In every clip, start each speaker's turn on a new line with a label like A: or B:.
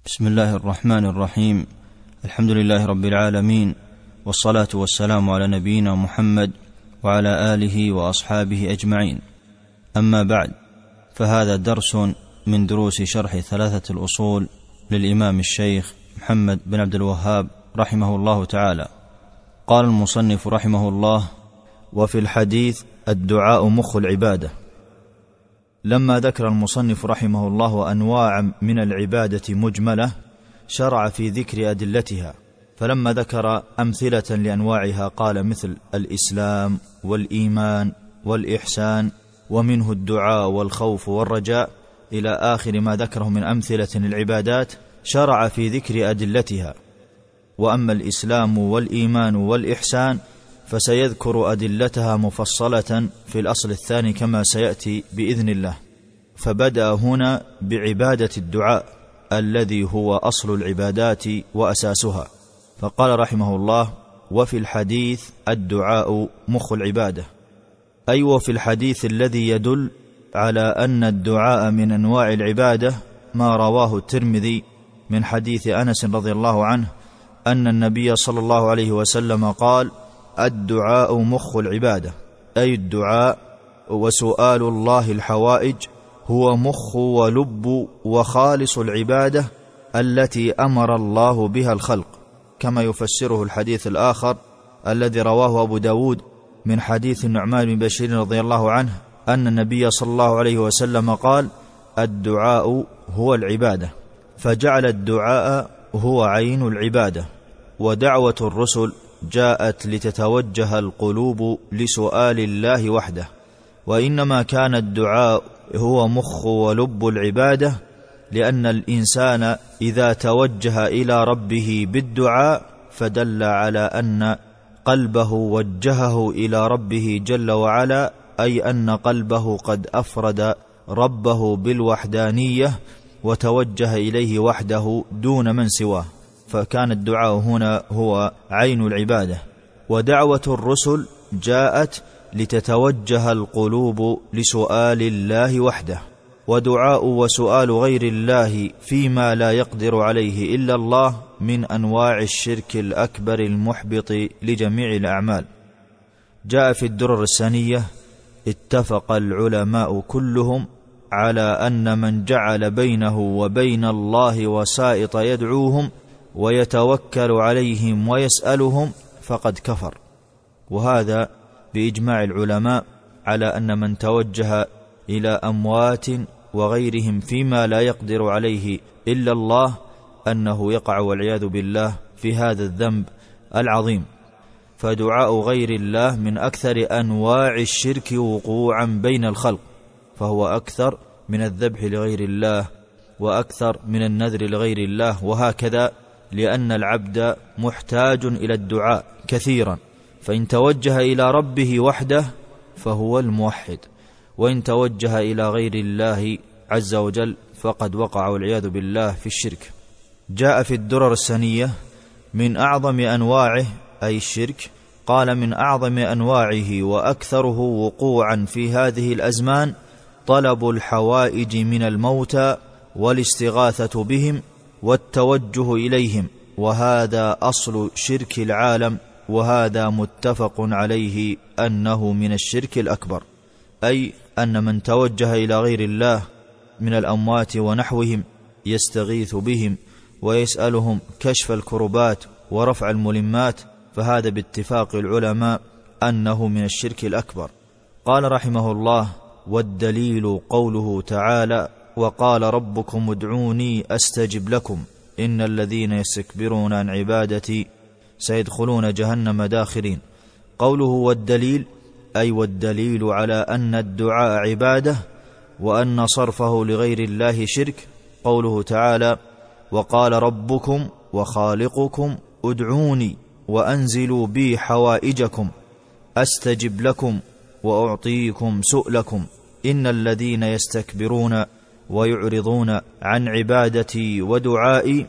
A: بسم الله الرحمن الرحيم. الحمد لله رب العالمين، والصلاة والسلام على نبينا محمد وعلى آله وأصحابه أجمعين. أما بعد، فهذا درس من دروس شرح ثلاثة الأصول للإمام الشيخ محمد بن عبد الوهاب رحمه الله تعالى. قال المصنف رحمه الله: وفي الحديث الدعاء مخ العبادة. لما ذكر المصنف رحمه الله أنواع من العبادة مجملة، شرع في ذكر أدلتها، فلما ذكر أمثلة لأنواعها قال مثل الإسلام والإيمان والإحسان، ومنه الدعاء والخوف والرجاء، إلى آخر ما ذكره من أمثلة للعبادات، شرع في ذكر أدلتها. وأما الإسلام والإيمان والإحسان فسيذكر أدلتها مفصلة في الأصل الثاني كما سيأتي بإذن الله. فبدأ هنا بعبادة الدعاء الذي هو أصل العبادات وأساسها، فقال رحمه الله: وفي الحديث الدعاء مخ العبادة، أي وفي الحديث الذي يدل على أن الدعاء من أنواع العبادة ما رواه الترمذي من حديث أنس رضي الله عنه أن النبي صلى الله عليه وسلم قال: الدعاء مخ العبادة، أي الدعاء وسؤال الله الحوائج هو مخ ولب وخالص العبادة التي أمر الله بها الخلق، كما يفسره الحديث الآخر الذي رواه أبو داود من حديث النعمان بن بشير رضي الله عنه أن النبي صلى الله عليه وسلم قال: الدعاء هو العبادة، فجعل الدعاء هو عين العبادة. ودعوة الرسل جاءت لتتوجه القلوب لسؤال الله وحده، وإنما كان الدعاء هو مخ ولب العبادة، لأن الإنسان إذا توجه إلى ربه بالدعاء فدل على أن قلبه وجهه إلى ربه جل وعلا، أي أن قلبه قد أفرد ربه بالوحدانية وتوجه إليه وحده دون من سواه، فكان الدعاء هنا هو عين العبادة. ودعوة الرسل جاءت لتتوجه القلوب لسؤال الله وحده، ودعاء وسؤال غير الله فيما لا يقدر عليه إلا الله من أنواع الشرك الأكبر المحبط لجميع الأعمال. جاء في الدرر السنية: اتفق العلماء كلهم على أن من جعل بينه وبين الله وسائط يدعوهم ويتوكل عليهم ويسألهم فقد كفر. وهذا بإجماع العلماء على أن من توجه إلى أموات وغيرهم فيما لا يقدر عليه إلا الله أنه يقع والعياذ بالله في هذا الذنب العظيم. فدعاء غير الله من أكثر أنواع الشرك وقوعا بين الخلق، فهو أكثر من الذبح لغير الله وأكثر من النذر لغير الله، وهكذا، لأن العبد محتاج إلى الدعاء كثيرا، فإن توجه إلى ربه وحده فهو الموحد، وإن توجه إلى غير الله عز وجل فقد وقع والعياذ بالله في الشرك. جاء في الدرر السنية: من أعظم أنواعه، أي الشرك، قال: من أعظم أنواعه وأكثره وقوعا في هذه الأزمان طلب الحوائج من الموتى والاستغاثة بهم والتوجه إليهم، وهذا أصل شرك العالم، وهذا متفق عليه أنه من الشرك الأكبر، أي أن من توجه إلى غير الله من الأموات ونحوهم يستغيث بهم ويسألهم كشف الكربات ورفع الملمات، فهذا باتفاق العلماء أنه من الشرك الأكبر. قال رحمه الله: والدليل قوله تعالى: وقال ربكم ادعوني أستجب لكم إن الذين يستكبرون عن عبادتي سيدخلون جهنم داخرين. قوله والدليل، أي والدليل على أن الدعاء عبادة وأن صرفه لغير الله شرك. قوله تعالى: وقال ربكم وخالقكم ادعوني وأنزلوا بي حوائجكم أستجب لكم وأعطيكم سؤلكم إن الذين يستكبرون ويعرضون عن عبادتي ودعائي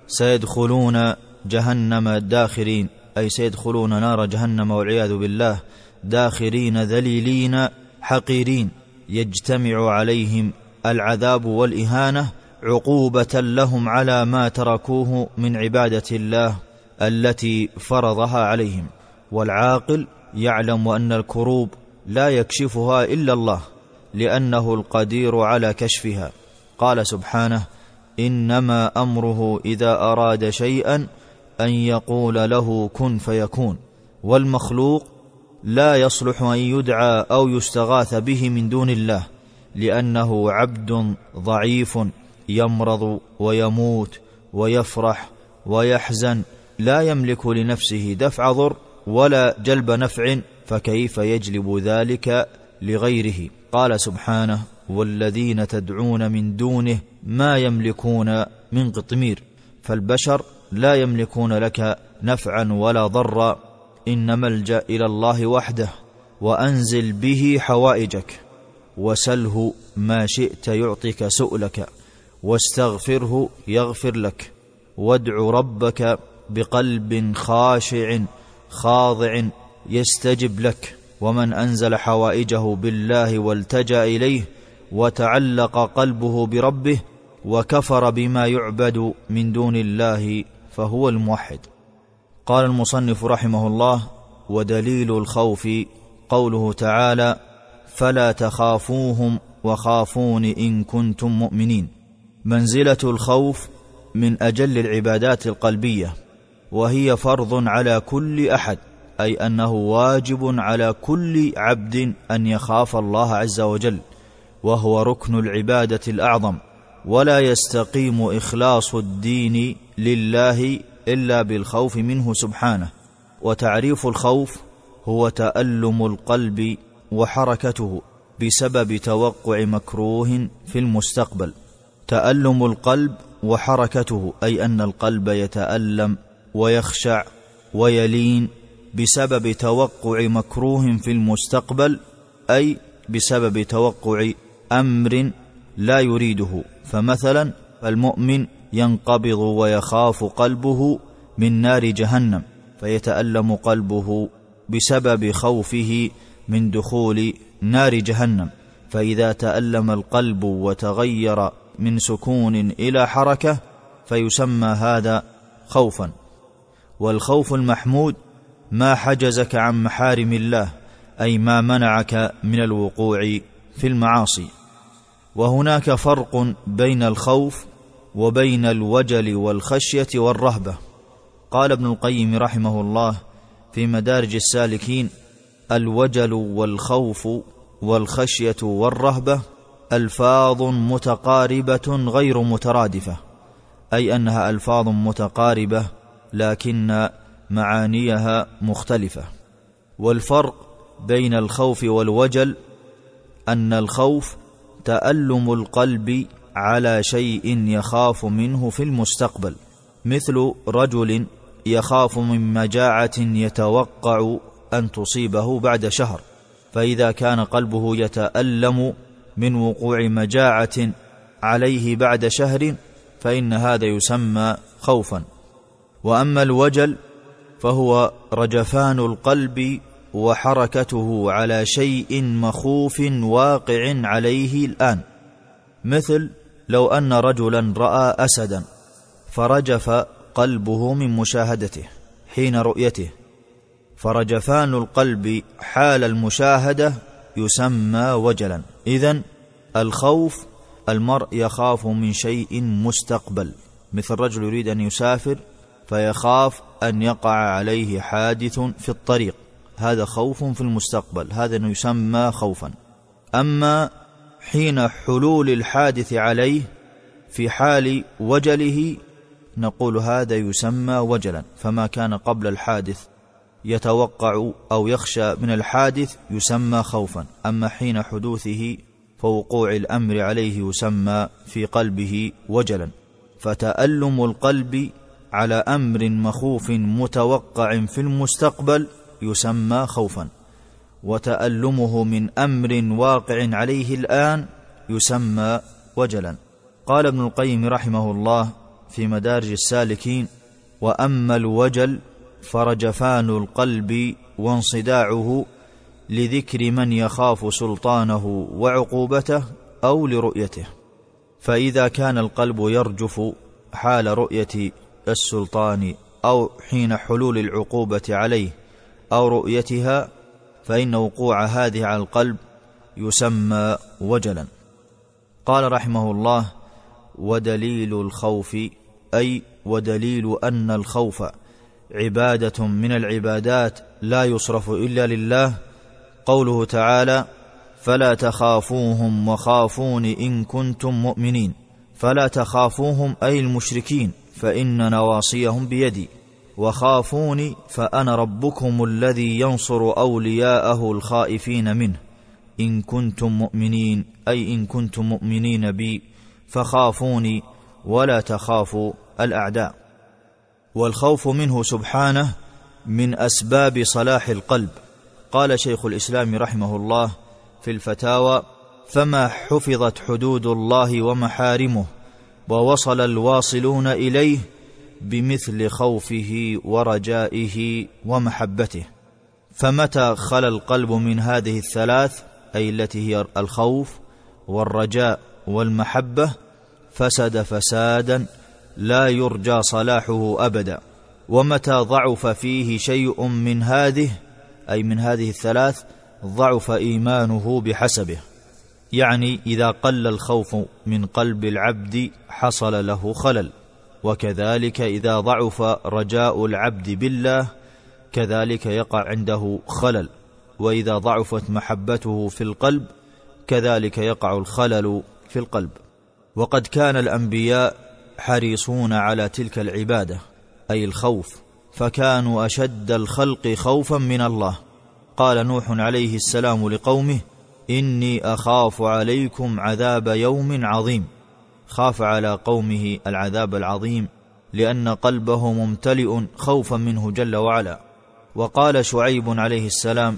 A: سيدخلون جهنم داخرين، أي سيدخلون نار جهنم والعياذ بالله داخرين ذليلين حقيرين، يجتمع عليهم العذاب والإهانة عقوبة لهم على ما تركوه من عبادة الله التي فرضها عليهم. والعاقل يعلم أن الكروب لا يكشفها إلا الله، لأنه القدير على كشفها. قال سبحانه: إنما أمره إذا أراد شيئا أن يقول له كن فيكون. والمخلوق لا يصلح أن يدعى أو يستغاث به من دون الله، لأنه عبد ضعيف يمرض ويموت ويفرح ويحزن، لا يملك لنفسه دفع ضر ولا جلب نفع، فكيف يجلب ذلك لغيره؟ قال سبحانه: والذين تدعون من دونه ما يملكون من قطمير. فالبشر لا يملكون لك نفعا ولا ضرا، إنما الجأ إلى الله وحده، وأنزل به حوائجك، وسله ما شئت يعطيك سؤلك، واستغفره يغفر لك، وادع ربك بقلب خاشع خاضع يستجب لك. ومن أنزل حوائجه بالله والتجأ إليه وتعلق قلبه بربه وكفر بما يعبد من دون الله فهو الموحد. قال المصنف رحمه الله: ودليل الخوف قوله تعالى: فلا تخافوهم وخافون إن كنتم مؤمنين. منزلة الخوف من أجل العبادات القلبية، وهي فرض على كل أحد، أي أنه واجب على كل عبد أن يخاف الله عز وجل، وهو ركن العبادة الأعظم، ولا يستقيم إخلاص الدين لله إلا بالخوف منه سبحانه. وتعريف الخوف هو تألم القلب وحركته بسبب توقع مكروه في المستقبل. تألم القلب وحركته، أي أن القلب يتألم ويخشع ويلين بسبب توقع مكروه في المستقبل، أي بسبب توقع أمر لا يريده. فمثلا المؤمن ينقبض ويخاف قلبه من نار جهنم، فيتألم قلبه بسبب خوفه من دخول نار جهنم. فإذا تألم القلب وتغير من سكون إلى حركة فيسمى هذا خوفا. والخوف المحمود ما حجزك عن محارم الله، أي ما منعك من الوقوع في المعاصي. وهناك فرق بين الخوف وبين الوجل والخشية والرهبة. قال ابن القيم رحمه الله في مدارج السالكين: الوجل والخوف والخشية والرهبة ألفاظ متقاربة غير مترادفة، أي أنها ألفاظ متقاربة لكن معانيها مختلفة. والفرق بين الخوف والوجل أن الخوف تألم القلب على شيء يخاف منه في المستقبل، مثل رجل يخاف من مجاعة يتوقع أن تصيبه بعد شهر، فإذا كان قلبه يتألم من وقوع مجاعة عليه بعد شهر فإن هذا يسمى خوفا. وأما الوجل فهو رجفان القلب وحركته على شيء مخوف واقع عليه الآن، مثل لو أن رجلا رأى أسدا فرجف قلبه من مشاهدته حين رؤيته، فرجفان القلب حال المشاهدة يسمى وجلا. إذن الخوف المرء يخاف من شيء مستقبل، مثل رجل يريد أن يسافر فيخاف أن يقع عليه حادث في الطريق، هذا خوف في المستقبل، هذا يسمى خوفا. أما حين حلول الحادث عليه في حال وجله نقول هذا يسمى وجلا، فما كان قبل الحادث يتوقع أو يخشى من الحادث يسمى خوفا، أما حين حدوثه فوقوع الأمر عليه يسمى في قلبه وجلا. فتألم القلب على أمر مخوف متوقع في المستقبل يسمى خوفا، وتألمه من أمر واقع عليه الآن يسمى وجلا. قال ابن القيم رحمه الله في مدارج السالكين: وأما الوجل فرجفان القلب وانصداعه لذكر من يخاف سلطانه وعقوبته أو لرؤيته.
B: فإذا كان القلب يرجف حال رؤية السلطان أو حين حلول العقوبة عليه أو رؤيتها، فإن وقوع هذه على القلب يسمى وجلا. قال رحمه الله: ودليل الخوف، أي ودليل أن الخوف عبادة من العبادات لا يصرف إلا لله، قوله تعالى: فلا تخافوهم وخافون إن كنتم مؤمنين. فلا تخافوهم أي المشركين، فإن نواصيهم بيدي، وخافوني فأنا ربكم الذي ينصر أولياءه الخائفين منه، إن كنتم مؤمنين، أي إن كنتم مؤمنين بي فخافوني ولا تخافوا الأعداء. والخوف منه سبحانه من أسباب صلاح القلب. قال شيخ الإسلام رحمه الله في الفتاوى: فما حفظت حدود الله ومحارمه ووصل الواصلون إليه بمثل خوفه ورجائه ومحبته. فمتى خلا القلب من هذه الثلاث، أي التي هي الخوف والرجاء والمحبة، فسد فسادا لا يرجى صلاحه أبدا. ومتى ضعف فيه شيء من هذه، أي من هذه الثلاث، ضعف إيمانه بحسبه. يعني إذا قل الخوف من قلب العبد حصل له خلل، وكذلك إذا ضعف رجاء العبد بالله كذلك يقع عنده خلل، وإذا ضعفت محبته في القلب كذلك يقع الخلل في القلب. وقد كان الأنبياء حريصون على تلك العبادة، أي الخوف، فكانوا أشد الخلق خوفا من الله. قال نوح عليه السلام لقومه: إني أخاف عليكم عذاب يوم عظيم. خاف على قومه العذاب العظيم لأن قلبه ممتلئ خوفا منه جل وعلا. وقال شعيب عليه السلام: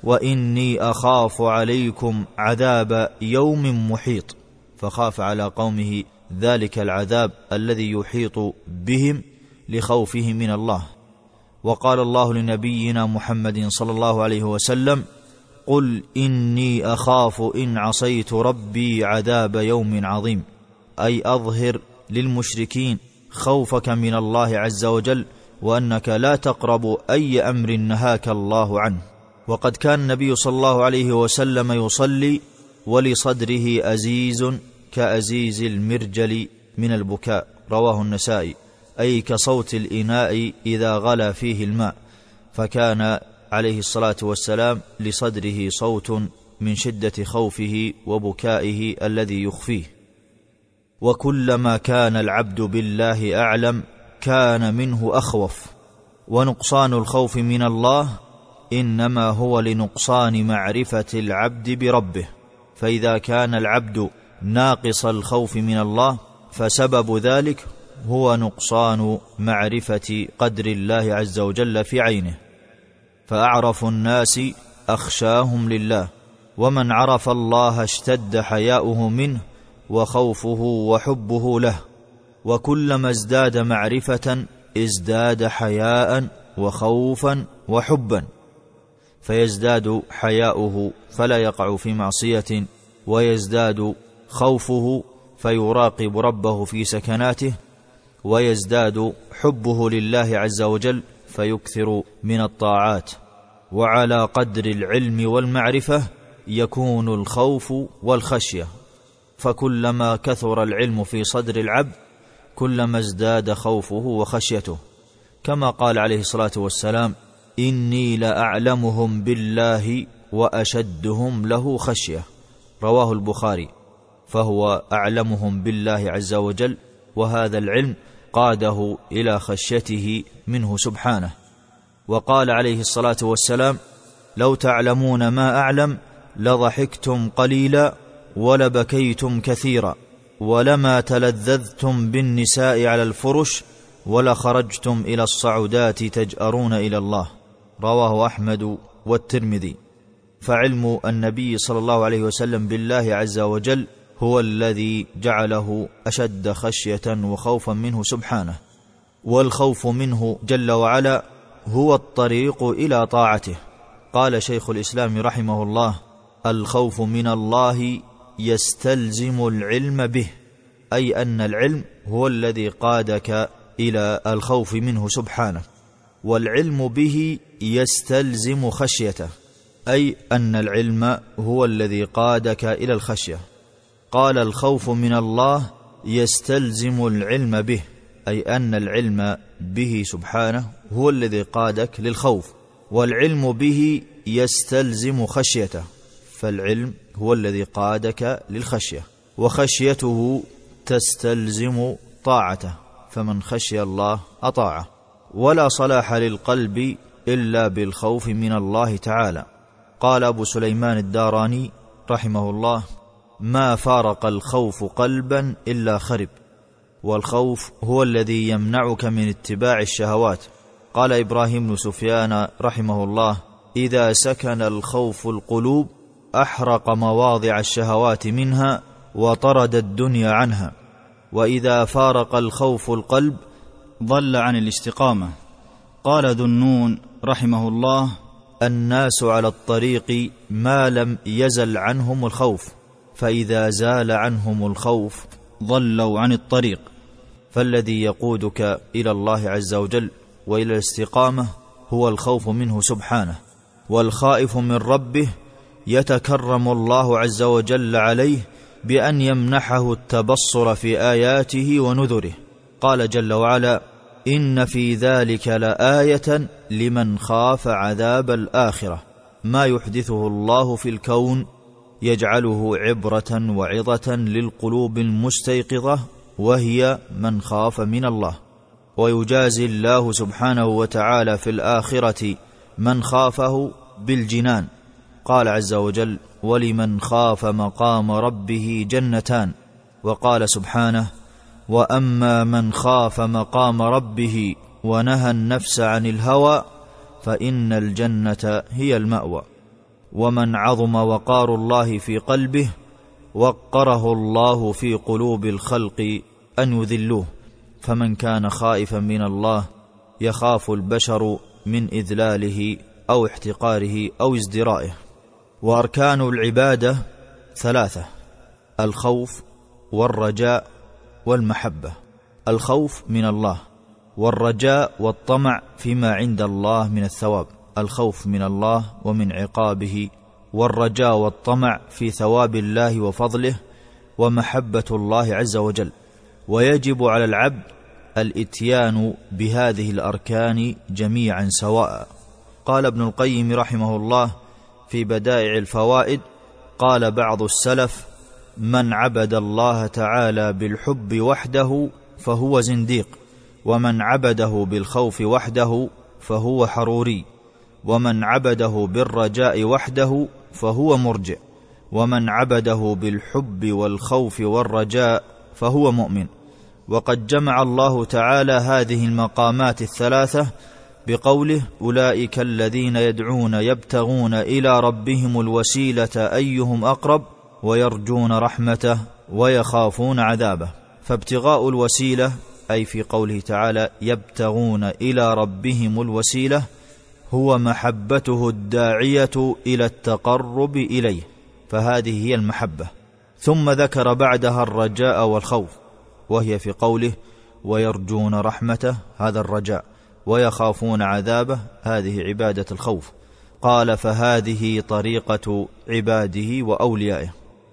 B: وإني أخاف عليكم عذاب يوم محيط، فخاف على قومه ذلك العذاب الذي يحيط بهم لخوفه من الله. وقال الله لنبينا محمد صلى الله عليه وسلم: قل إني أخاف إن عصيت ربي عذاب يوم عظيم، أي أظهر للمشركين خوفك من الله عز وجل، وأنك لا تقرب أي أمر نهاك الله عنه. وقد كان النبي صلى الله عليه وسلم يصلي ولصدره أزيز كأزيز المرجل من البكاء، رواه النسائي، أي كصوت الإناء إذا غلى فيه الماء. فكان عليه الصلاة والسلام لصدره صوت من شدة خوفه وبكائه الذي يخفيه. وكلما كان العبد بالله أعلم كان منه أخوف. ونقصان الخوف من الله إنما هو لنقصان معرفة العبد بربه. فإذا كان العبد ناقص الخوف من الله فسبب ذلك هو نقصان معرفة قدر الله عز وجل في عينه. فأعرف الناس أخشاهم لله، ومن عرف الله اشتد حياؤه منه وخوفه وحبه له. وكلما ازداد معرفة ازداد حياء وخوفا وحبا، فيزداد حياؤه فلا يقع في معصية، ويزداد خوفه فيراقب ربه في سكناته، ويزداد حبه لله عز وجل فيكثر من الطاعات. وعلى قدر العلم والمعرفة يكون الخوف والخشية، فكلما كثر العلم في صدر العبد كلما ازداد خوفه وخشيته، كما قال عليه الصلاة والسلام: إني لأعلمهم بالله وأشدهم له خشية، رواه البخاري. فهو أعلمهم بالله عز وجل، وهذا العلم قاده إلى خشيته منه سبحانه. وقال عليه الصلاة والسلام: لو تعلمون ما أعلم لضحكتم قليلا ولبكيتم كثيرا ولما تلذذتم بالنساء على الفرش ولخرجتم إلى الصعودات تجأرون إلى الله، رواه أحمد والترمذي. فعلم النبي صلى الله عليه وسلم بالله عز وجل هو الذي جعله أشد خشية وخوفا منه سبحانه. والخوف منه جل وعلا هو الطريق إلى طاعته. قال شيخ الإسلام رحمه الله: الخوف من الله يستلزم العلم به، أي أن العلم هو الذي قادك إلى الخوف منه سبحانه، والعلم به يستلزم خشيته، أي أن العلم هو الذي قادك إلى الخشية. قال الخوف من الله يستلزم العلم به، أي أن العلم به سبحانه هو الذي قادك للخوف، والعلم به يستلزم خشيته، فالعلم هو الذي قادك للخشية، وخشيته تستلزم طاعته، فمن خشي الله أطاعه. ولا صلاح للقلب إلا بالخوف من الله تعالى. قال أبو سليمان الداراني رحمه الله: ما فارق الخوف قلبا إلا خرب، والخوف هو الذي يمنعك من اتباع الشهوات. قال إبراهيم بن سفيان رحمه الله: إذا سكن الخوف القلوب أحرق مواضع الشهوات منها وطرد الدنيا عنها، وإذا فارق الخوف القلب
A: ضل عن الاستقامة. قال ذو النون رحمه الله:
B: الناس على الطريق ما لم يزل عنهم الخوف، فإذا زال عنهم الخوف
A: ضلوا عن الطريق.
B: فالذي يقودك إلى الله عز وجل وإلى الاستقامة هو الخوف منه سبحانه، والخائف من ربه يتكرم الله عز وجل عليه بأن يمنحه التبصر في آياته ونذره. قال جل وعلا: إن في ذلك لآية لمن خاف عذاب الآخرة. ما يحدثه الله في الكون يجعله عبرة وعظة للقلوب المستيقظة، وهي من خاف من الله. ويجازي الله سبحانه وتعالى في الآخرة من خافه بالجنان. قال عز وجل: ولمن خاف مقام ربه جنتان. وقال سبحانه: وأما من خاف مقام ربه ونهى النفس عن الهوى فإن الجنة هي المأوى. ومن عظم وقار الله في قلبه وقره الله في قلوب الخلق أن يذلوه. فمن كان خائفا من الله يخاف البشر من إذلاله أو احتقاره أو ازدرائه. وأركان العبادة ثلاثة: الخوف والرجاء والمحبة. الخوف من الله، والرجاء والطمع فيما عند الله من الثواب. الخوف من الله ومن عقابه، والرجاء والطمع في ثواب الله وفضله، ومحبة الله عز وجل. ويجب على العبد الاتيان بهذه الأركان جميعا سواء. قال ابن القيم رحمه الله في بدائع الفوائد: قال بعض السلف: من عبد الله تعالى بالحب وحده فهو زنديق، ومن عبده بالخوف وحده فهو حروري، ومن عبده بالرجاء وحده فهو مرجئ، ومن عبده بالحب والخوف والرجاء فهو مؤمن. وقد جمع الله تعالى هذه المقامات الثلاثة بقوله: أولئك الذين يدعون يبتغون إلى ربهم الوسيلة أيهم أقرب ويرجون رحمته ويخافون عذابه. فابتغاء الوسيلة، أي في قوله تعالى يبتغون إلى ربهم الوسيلة، هو محبته الداعية إلى التقرب إليه، فهذه هي المحبة. ثم ذكر بعدها الرجاء والخوف، وهي في قوله ويرجون رحمته، هذا الرجاء، ويخافون عذابه، هذه عبادة الخوف. قال: فهذه طريقة عباده وأوليائه.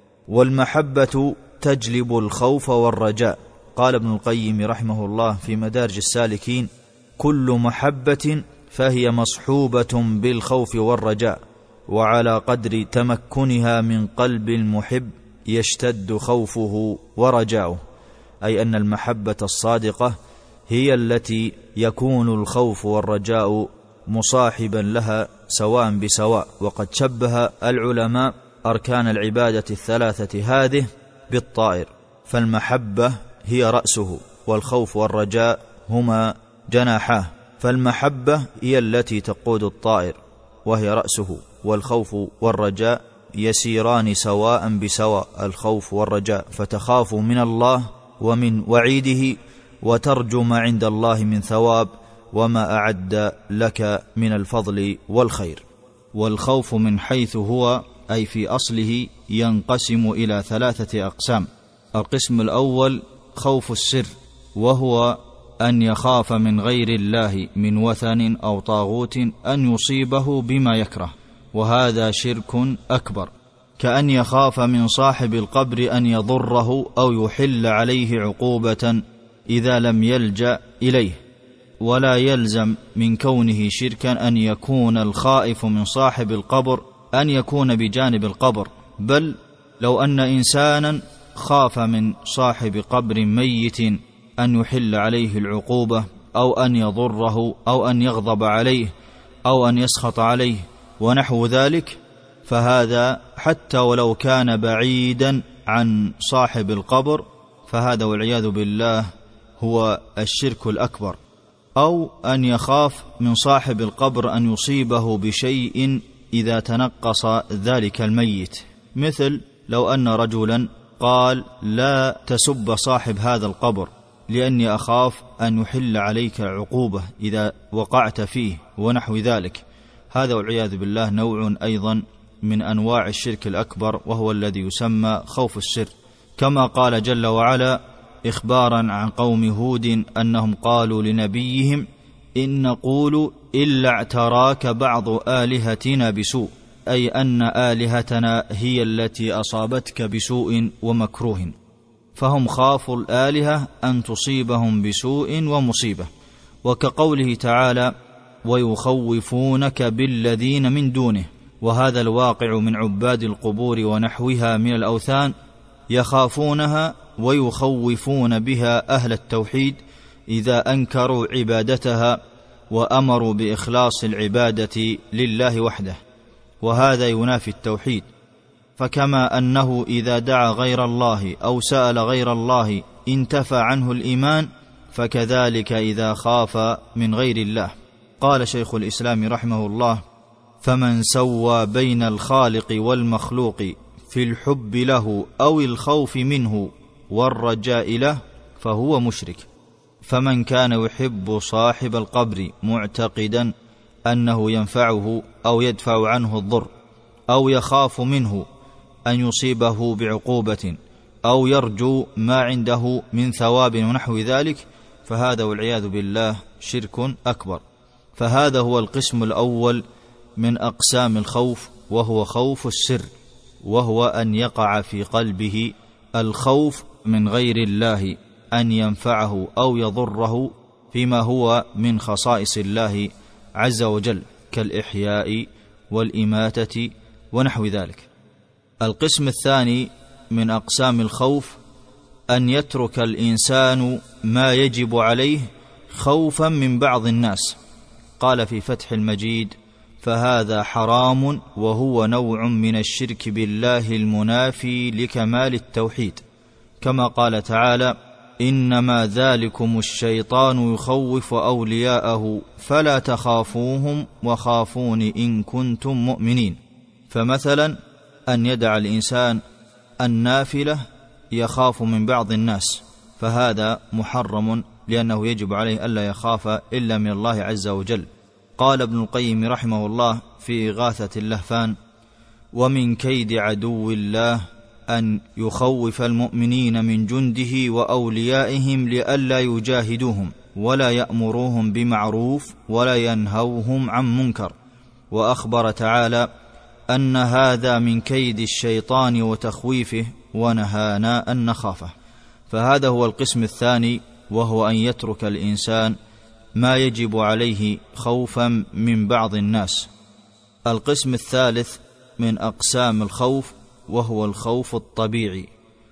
B: والمحبة تجلب الخوف والرجاء. قال ابن القيم رحمه الله في مدارج السالكين: كل محبة فهي مصحوبة بالخوف والرجاء، وعلى قدر تمكنها من قلب المحب يشتد خوفه ورجاؤه. أي أن المحبة الصادقة هي التي يكون الخوف والرجاء مصاحبا لها سواء بسواء. وقد شبه العلماء أركان العبادة الثلاثة هذه بالطائر، فالمحبة هي رأسه، والخوف والرجاء هما جناحاه. فالمحبة هي التي تقود الطائر وهي رأسه، والخوف والرجاء يسيران سواء بسواء، الخوف والرجاء، فتخاف من الله ومن وعيده، وترجو ما عند الله من ثواب وما أعد لك من الفضل والخير.
A: والخوف من حيث هو، أي في أصله، ينقسم إلى ثلاثة أقسام:
B: القسم الأول خوف السر، وهو أن يخاف من غير الله من وثن أو طاغوت أن يصيبه بما يكره، وهذا شرك أكبر، كأن يخاف من صاحب القبر أن يضره أو يحل عليه عقوبة إذا لم يلجأ إليه. ولا يلزم من كونه شركا أن يكون الخائف من صاحب القبر أن يكون بجانب القبر، بل لو أن إنسانا خاف من صاحب قبر ميت أن يحل عليه العقوبة أو أن يضره أو أن يغضب عليه أو أن يسخط عليه ونحو ذلك، فهذا حتى ولو كان بعيدا عن صاحب القبر فهذا والعياذ بالله هو الشرك الأكبر. أو أن يخاف من صاحب القبر أن يصيبه بشيء إذا تنقص ذلك الميت، مثل لو أن رجلا قال لا تسب صاحب هذا القبر لأني أخاف أن يحل عليك عقوبة إذا وقعت فيه ونحو ذلك، هذا والعياذ بالله نوع أيضا من أنواع الشرك الأكبر، وهو الذي يسمى خوف السر. كما قال جل وعلا إخبارا عن قوم هود أنهم قالوا لنبيهم إن نقول إلا اعتراك بعض آلهتنا بسوء، أي أن آلهتنا هي التي أصابتك بسوء ومكروه، فهم خافوا الآلهة أن تصيبهم بسوء ومصيبة. وكقوله تعالى ويخوفونك بالذين من دونه، وهذا الواقع من عباد القبور ونحوها من الأوثان، يخافونها ويخوفون بها أهل التوحيد إذا أنكروا عبادتها وأمروا بإخلاص العبادة لله وحده، وهذا ينافي التوحيد. فكما أنه إذا دعا غير الله أو سأل غير الله انتفى عنه الإيمان، فكذلك إذا خاف من غير الله. قال شيخ الإسلام رحمه الله فمن سوى بين الخالق والمخلوق في الحب له أو الخوف منه والرجاء له فهو مشرك. فمن كان يحب صاحب القبر معتقدا أنه ينفعه أو يدفع عنه الضر أو يخاف منه أن يصيبه بعقوبة أو يرجو ما عنده من ثواب ونحو ذلك، فهذا والعياذ بالله شرك أكبر. فهذا هو القسم الأول من أقسام الخوف، وهو خوف السر، وهو أن يقع في قلبه الخوف من غير الله أن ينفعه أو يضره فيما هو من خصائص الله عز وجل كالإحياء والإماتة ونحو ذلك. القسم الثاني من أقسام الخوف أن يترك الإنسان ما يجب عليه خوفا من بعض الناس. قال في فتح المجيد فهذا حرام وهو نوع من الشرك بالله المنافي لكمال التوحيد، كما قال تعالى إنما ذلكم الشيطان يخوف أولياءه فلا تخافوهم وخافون إن كنتم مؤمنين. فمثلا أن يدع الإنسان النافلة يخاف من بعض الناس، فهذا محرم لأنه يجب عليه ألا يخاف إلا من الله عز وجل. قال ابن القيم رحمه الله في إغاثة اللهفان ومن كيد عدو الله أن يخوف المؤمنين من جنده وأوليائهم لئلا يجاهدوهم ولا يأمروهم بمعروف ولا ينهوهم عن منكر. وأخبر تعالى أن هذا من كيد الشيطان وتخويفه ونهانا أن نخافه. فهذا هو القسم الثاني، وهو أن يترك الإنسان ما يجب عليه خوفا من بعض الناس. القسم الثالث من أقسام الخوف وهو الخوف الطبيعي،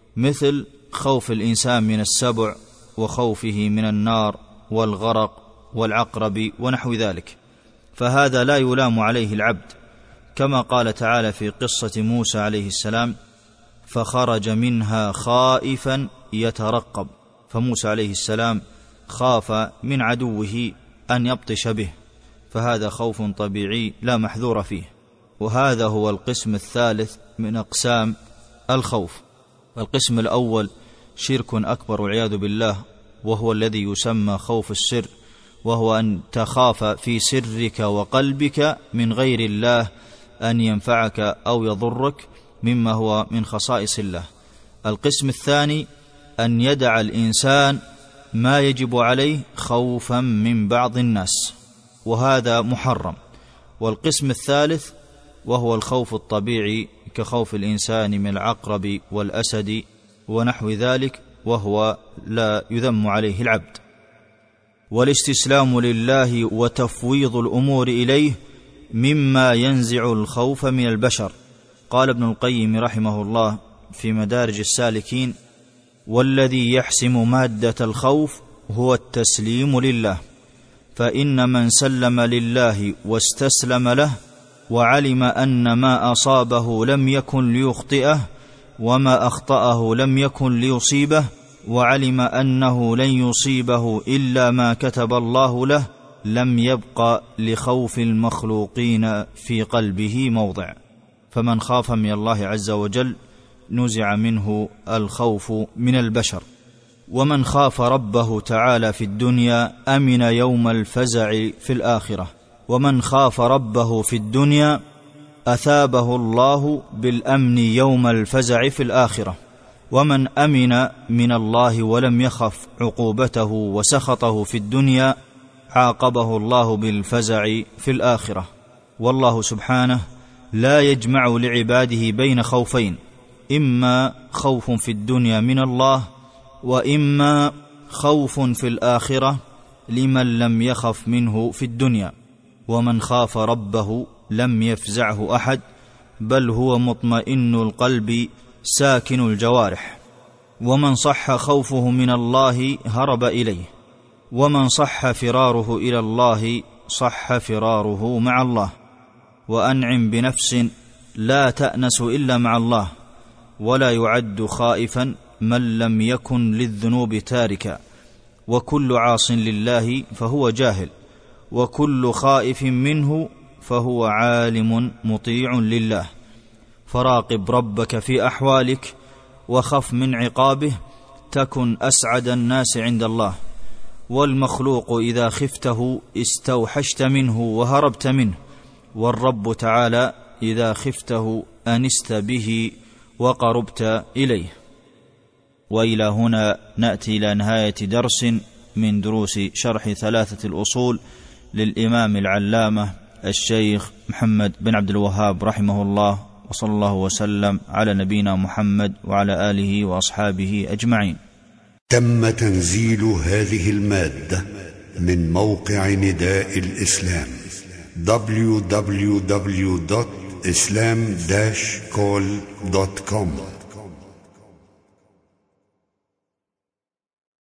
B: مثل خوف الإنسان من السبع وخوفه من النار والغرق والعقرب ونحو ذلك، فهذا لا يلام عليه العبد، كما قال تعالى في قصة موسى عليه السلام فخرج منها خائفا يترقب، فموسى عليه السلام خاف من عدوه أن يبطش به، فهذا خوف طبيعي لا محذور فيه. وهذا هو القسم الثالث من أقسام الخوف. القسم الأول شرك أكبر والعياذ بالله، وهو الذي يسمى خوف السر، وهو أن تخاف في سرك وقلبك من غير الله أن ينفعك أو يضرك مما هو من خصائص الله. القسم الثاني أن يدع الإنسان ما يجب عليه خوفا من بعض الناس، وهذا محرم. والقسم الثالث وهو الخوف الطبيعي كخوف الإنسان من العقرب والأسد ونحو ذلك، وهو لا يذم عليه العبد. والاستسلام لله وتفويض الأمور إليه مما ينزع الخوف من البشر. قال ابن القيم رحمه الله في مدارج السالكين: والذي يحسم مادة الخوف هو التسليم لله، فإن من سلم لله واستسلم له وعلم أن ما أصابه لم يكن ليخطئه وما أخطأه لم يكن ليصيبه، وعلم أنه لن يصيبه إلا ما كتب الله له، لم يبق لخوف المخلوقين في قلبه موضع. فمن خاف من الله عز وجل نزع منه الخوف من البشر. ومن خاف ربه تعالى في الدنيا أمن يوم الفزع في الآخرة، ومن خاف ربه في الدنيا أثابه الله بالأمن يوم الفزع في الآخرة. ومن أمن من الله ولم يخف عقوبته وسخطه في الدنيا عاقبه الله بالفزع في الآخرة. والله سبحانه لا يجمع لعباده بين خوفين: إما خوف في الدنيا من الله، وإما خوف في الآخرة لمن لم يخف منه في الدنيا. ومن خاف ربه لم يفزعه أحد، بل هو مطمئن القلب ساكن الجوارح. ومن صح خوفه من الله هرب إليه، ومن صح فراره إلى الله صح فراره مع الله. وأنعم بنفس لا تأنس إلا مع الله، ولا يعد خائفا من لم يكن للذنوب تاركا. وكل عاص لله فهو جاهل، وكل خائف منه فهو عالم مطيع لله. فراقب ربك في أحوالك وخف من عقابه، تكن أسعد الناس عند الله. والمخلوق إذا خفته استوحشت منه وهربت منه، والرب تعالى إذا خفته أنست به وقربت إليه. وإلى هنا نأتي إلى نهاية درس من دروس شرح ثلاثة الأصول للإمام العلامة الشيخ محمد بن عبد الوهاب رحمه الله، وصلى الله وسلم على نبينا محمد وعلى آله وأصحابه أجمعين.
C: تم تنزيل هذه المادة من موقع نداء الإسلام www.islam-call.com